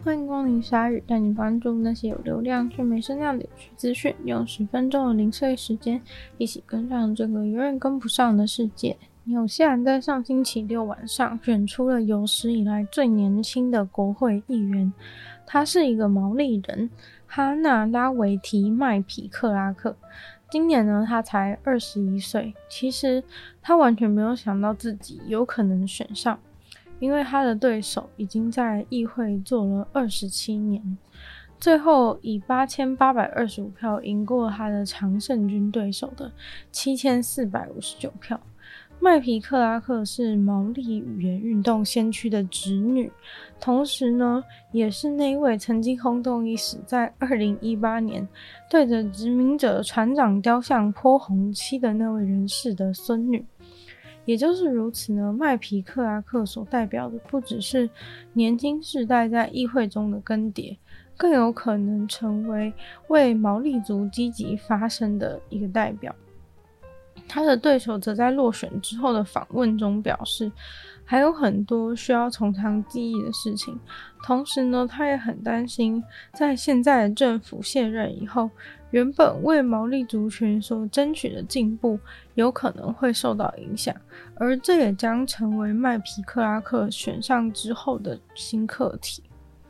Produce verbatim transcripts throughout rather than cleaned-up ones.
欢迎光临鲨鱼，带你关注那些有流量却没声量的有趣资讯，用十分钟的零碎时间，一起跟上这个永远跟不上的世界。纽西兰在上星期六晚上选出了有史以来最年轻的国会议员，他是一个毛利人，哈纳拉维提麦皮克拉克。今年呢，他才二十一岁。其实他完全没有想到自己有可能选上，因为他的对手已经在议会做了二十七年，最后以八千八百二十五票赢过他的常胜军对手的七千四百五十九票。麦皮克拉克是毛利语言运动先驱的侄女，同时呢，也是那位曾经轰动一时，在二零一八年对着殖民者船长雕像泼红漆的那位人士的孙女。也就是如此呢，麦皮克拉克所代表的不只是年轻世代在议会中的更迭，更有可能成为为毛利族积极发声的一个代表。他的对手则在落选之后的访问中表示，还有很多需要从长计议的事情，同时呢，他也很担心在现在的政府卸任以后，原本为毛利族群所争取的进步有可能会受到影响，而这也将成为麦皮克拉克选上之后的新课题。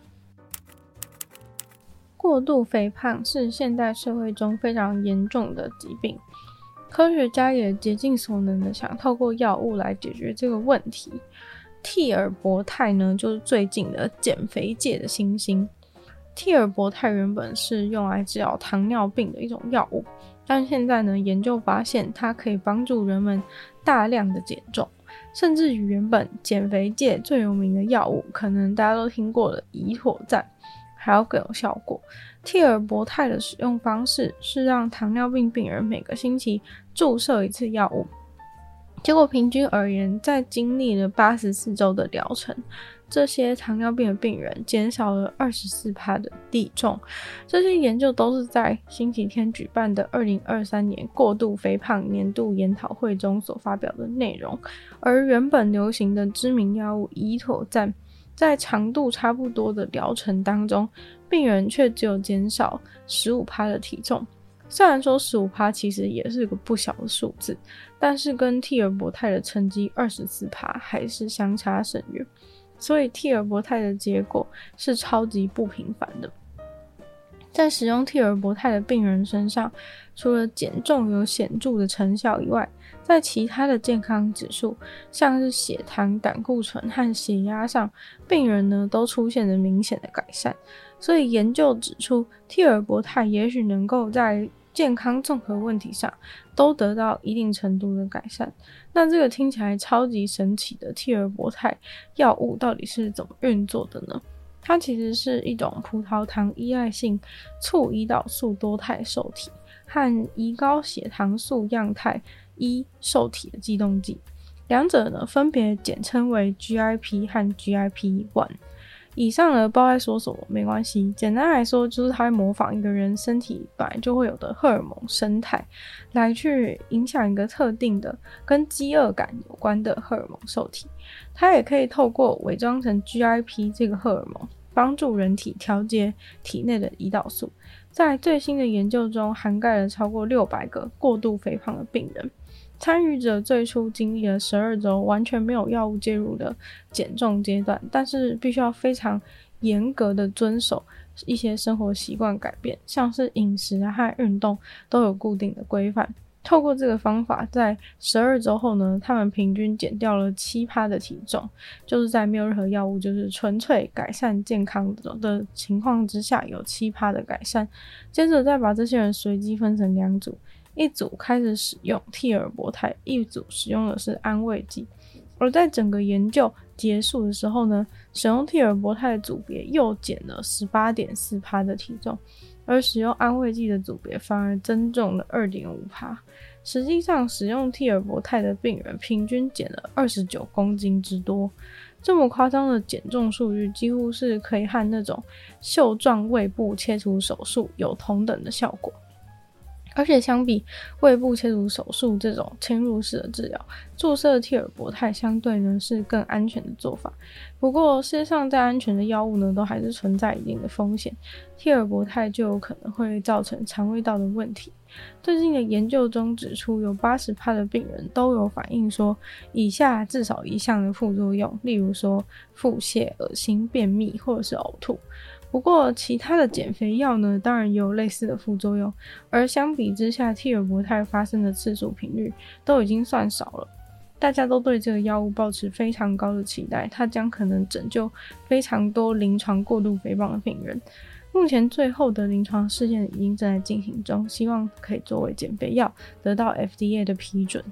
过度肥胖是现代社会中非常严重的疾病，科学家也竭尽所能的想透过药物来解决这个问题。替尔博泰呢，就是最近的减肥界的新星。替尔博泰原本是用来治疗糖尿病的一种药物，但现在呢，研究发现它可以帮助人们大量的减重，甚至于原本减肥界最有名的药物，可能大家都听过的胰妥赞，还要更有效果。替尔博泰的使用方式是让糖尿病病人每个星期注射一次药物，结果平均而言，在经历了八十四周的疗程，这些糖尿病的病人减少了 百分之二十四 的体重。这些研究都是在星期天举办的二零二三年过度肥胖年度研讨会中所发表的内容，而原本流行的知名药物胰妥赞，在长度差不多的疗程当中，病人却只有减少 百分之十五 的体重。虽然说 百分之十五 其实也是个不小的数字，但是跟替尔博泰的成绩 百分之二十四 还是相差甚远，所以替尔博泰的结果是超级不平凡的。在使用替尔博泰的病人身上，除了减重有显著的成效以外，在其他的健康指数，像是血糖、胆固醇和血压上，病人呢都出现了明显的改善。所以研究指出，替尔博泰也许能够在健康综合问题上都得到一定程度的改善。那这个听起来超级神奇的替尔博泰药物到底是怎么运作的呢？它其实是一种葡萄糖依赖性促胰岛素多肽受体和胰高血糖素样态一受体的激动剂，两者呢分别简称为 G I P 和 G I P 一。以上呢不知道在说什么，没关系，简单来说就是它会模仿一个人身体本来就会有的荷尔蒙生态，来去影响一个特定的跟饥饿感有关的荷尔蒙受体。它也可以透过伪装成 G I P 这个荷尔蒙，帮助人体调节体内的胰岛素。在最新的研究中，涵盖了超过六百个过度肥胖的病人，参与者最初经历了十二周完全没有药物介入的减重阶段，但是必须要非常严格的遵守一些生活习惯改变，像是饮食和运动都有固定的规范。透过这个方法，在十二周后呢，他们平均减掉了 百分之七 的体重，就是在没有任何药物，就是纯粹改善健康的情况之下，有 百分之七 的改善。接着再把这些人随机分成两组，一组开始使用替尔博泰，一组使用的是安慰剂。而在整个研究结束的时候呢，使用替尔博泰的组别又减了 百分之十八点四 的体重，而使用安慰剂的组别反而增重了 百分之二点五。 实际上使用替尔博泰的病人平均减了二十九公斤之多。这么夸张的减重数据几乎是可以和那种袖状胃部切除手术有同等的效果。 而且相比胃部切除手术这种侵入式的治疗，注射替尔博泰相对呢是更安全的做法。不过世界上再安全的药物呢，都还是存在一定的风险，替尔博泰就有可能会造成肠胃道的问题。最近的研究中指出，有 百分之八十 的病人都有反映说以下至少一项的副作用，例如说腹泻、恶心、便秘或者是呕吐。不过其他的减肥药呢，当然也有类似的副作用，而相比之下，替尔博泰发生的次数频率都已经算少了。大家都对这个药物抱持非常高的期待，它将可能拯救非常多临床过度肥胖的病人。目前最后的临床试验已经正在进行中，希望可以作为减肥药得到 F D A 的批准。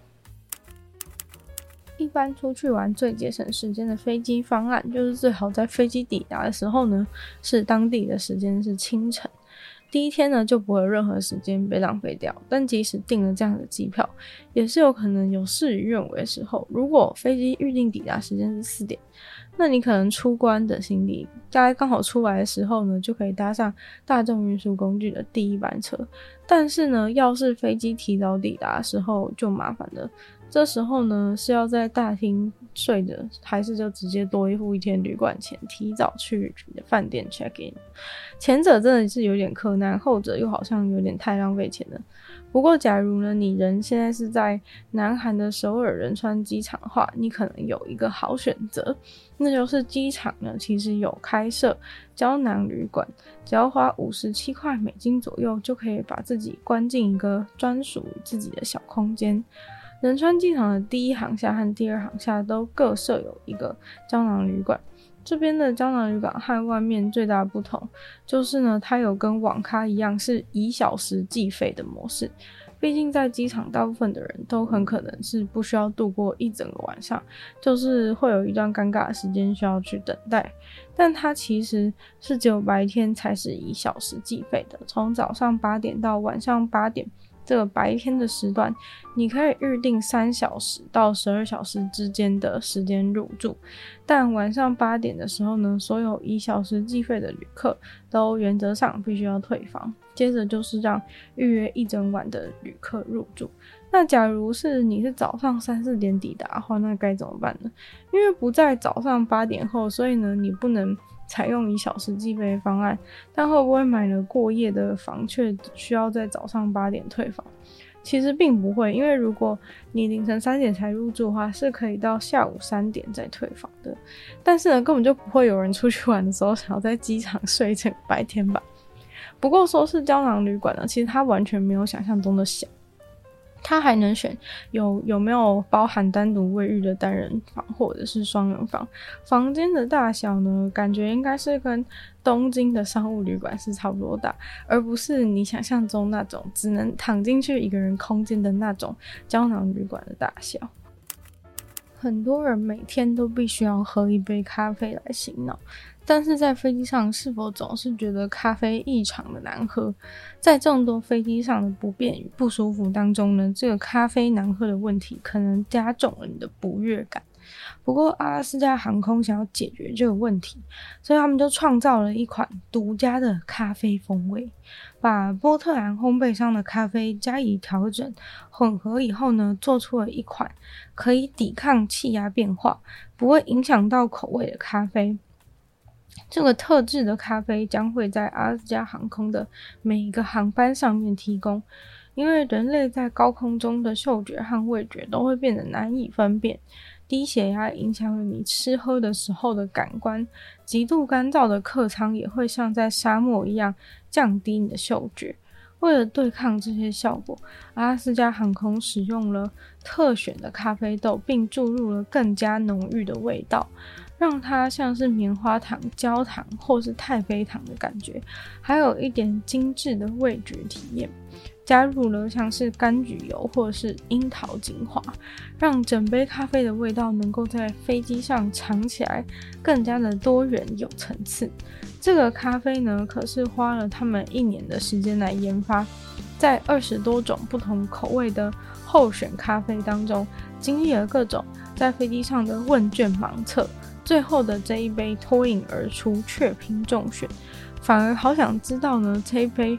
一般出去玩最节省时间的飞机方案，就是最好在飞机抵达的时候呢，是当地的时间是清晨。第一天呢，就不会有任何时间被浪费掉，但即使订了这样的机票，也是有可能有事与愿违的时候。如果飞机预定抵达时间是四点，那你可能出关等行李大概刚好出来的时候呢，就可以搭上大众运输工具的第一班车。但是呢，要是飞机提早抵达的时候就麻烦了，这时候呢是要在大厅睡的，还是就直接多付一天旅馆钱，提早去你的饭店 check in？ 前者真的是有点困难，后者又好像有点太浪费钱了。不过假如呢你人现在是在南韩的首尔仁川机场的话，你可能有一个好选择，那就是机场呢其实有开设胶囊旅馆，只要花五十七块美金左右，就可以把自己关进一个专属于自己的小空间。仁川机场的第一航厦和第二航厦都各设有一个胶囊旅馆。这边的胶囊旅馆和外面最大的不同就是呢，它有跟网咖一样是以小时计费的模式。毕竟在机场大部分的人都很可能是不需要度过一整个晚上，就是会有一段尴尬的时间需要去等待。但它其实是只有白天才是以小时计费的，从早上八点到晚上八点这个白天的时段，你可以预定三小时到十二小时之间的时间入住。但晚上八点的时候呢，所有以小时计费的旅客都原则上必须要退房。接着就是让预约一整晚的旅客入住。那假如是你是早上三四点抵达的话，那该怎么办呢？因为不在早上八点后，所以呢你不能采用以小时计费的方案，但会不会买了过夜的房却需要在早上八点退房？其实并不会，因为如果你凌晨三点才入住的话，是可以到下午三点再退房的。但是呢，根本就不会有人出去玩的时候想要在机场睡一整个白天吧。不过说是胶囊旅馆呢，其实它完全没有想象中的小。它还能选有有没有包含单独卫浴的单人房或者是双人房，房间的大小呢，感觉应该是跟东京的商务旅馆是差不多大，而不是你想象中那种只能躺进去一个人空间的那种胶囊旅馆的大小。很多人每天都必须要喝一杯咖啡来醒脑，但是在飞机上是否总是觉得咖啡异常的难喝？在众多飞机上的不便与不舒服当中呢，这个咖啡难喝的问题可能加重了你的不悦感。不过阿拉斯加航空想要解决这个问题，所以他们就创造了一款独家的咖啡风味，把波特兰烘焙商的咖啡加以调整混合以后呢，做出了一款可以抵抗气压变化，不会影响到口味的咖啡。这个特制的咖啡将会在阿拉斯加航空的每一个航班上面提供，因为人类在高空中的嗅觉和味觉都会变得难以分辨，低血压影响了你吃喝的时候的感官，极度干燥的客舱也会像在沙漠一样降低你的嗅觉。为了对抗这些效果，阿拉斯加航空使用了特选的咖啡豆，并注入了更加浓郁的味道，让它像是棉花糖、焦糖或是太妃糖的感觉，还有一点精致的味觉体验。加入了像是柑橘油或是樱桃精华，让整杯咖啡的味道能够在飞机上尝起来更加的多元有层次。这个咖啡呢，可是花了他们一年的时间来研发，在二十多种不同口味的候选咖啡当中，经历了各种在飞机上的问卷盲测，最后的这一杯脱颖而出，雀屏中选。反而好想知道呢，这一杯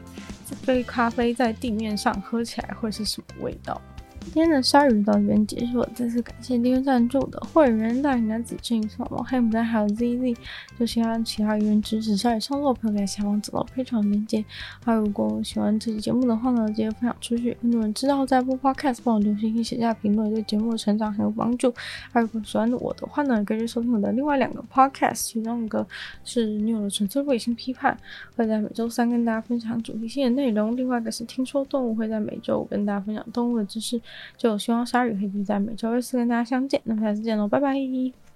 这杯咖啡在地面上喝起来会是什么味道。今天的鲨鱼到这边结束了，再次感谢订阅赞助的会员大男子郑小毛、黑牡丹还有 Z Z， 就希望其他原支持鲨鱼创作的朋友可以下方找到配场链接。还有如果喜欢这期节目的话呢，记得分享出去，更多人知道在播 Podcast， 帮我留星星写下评论，对节目的成长很有帮助。还有如果喜欢我的话呢，可以去收听我的另外两个 Podcast， 其中一个是女友的纯粹卫星批判，会在每周三跟大家分享主题性的内容；另外一个是听说动物，会在每周五跟大家分享动物的知识。就希望鲨鱼可以在每周二四跟大家相见，那么下次见喽，拜拜。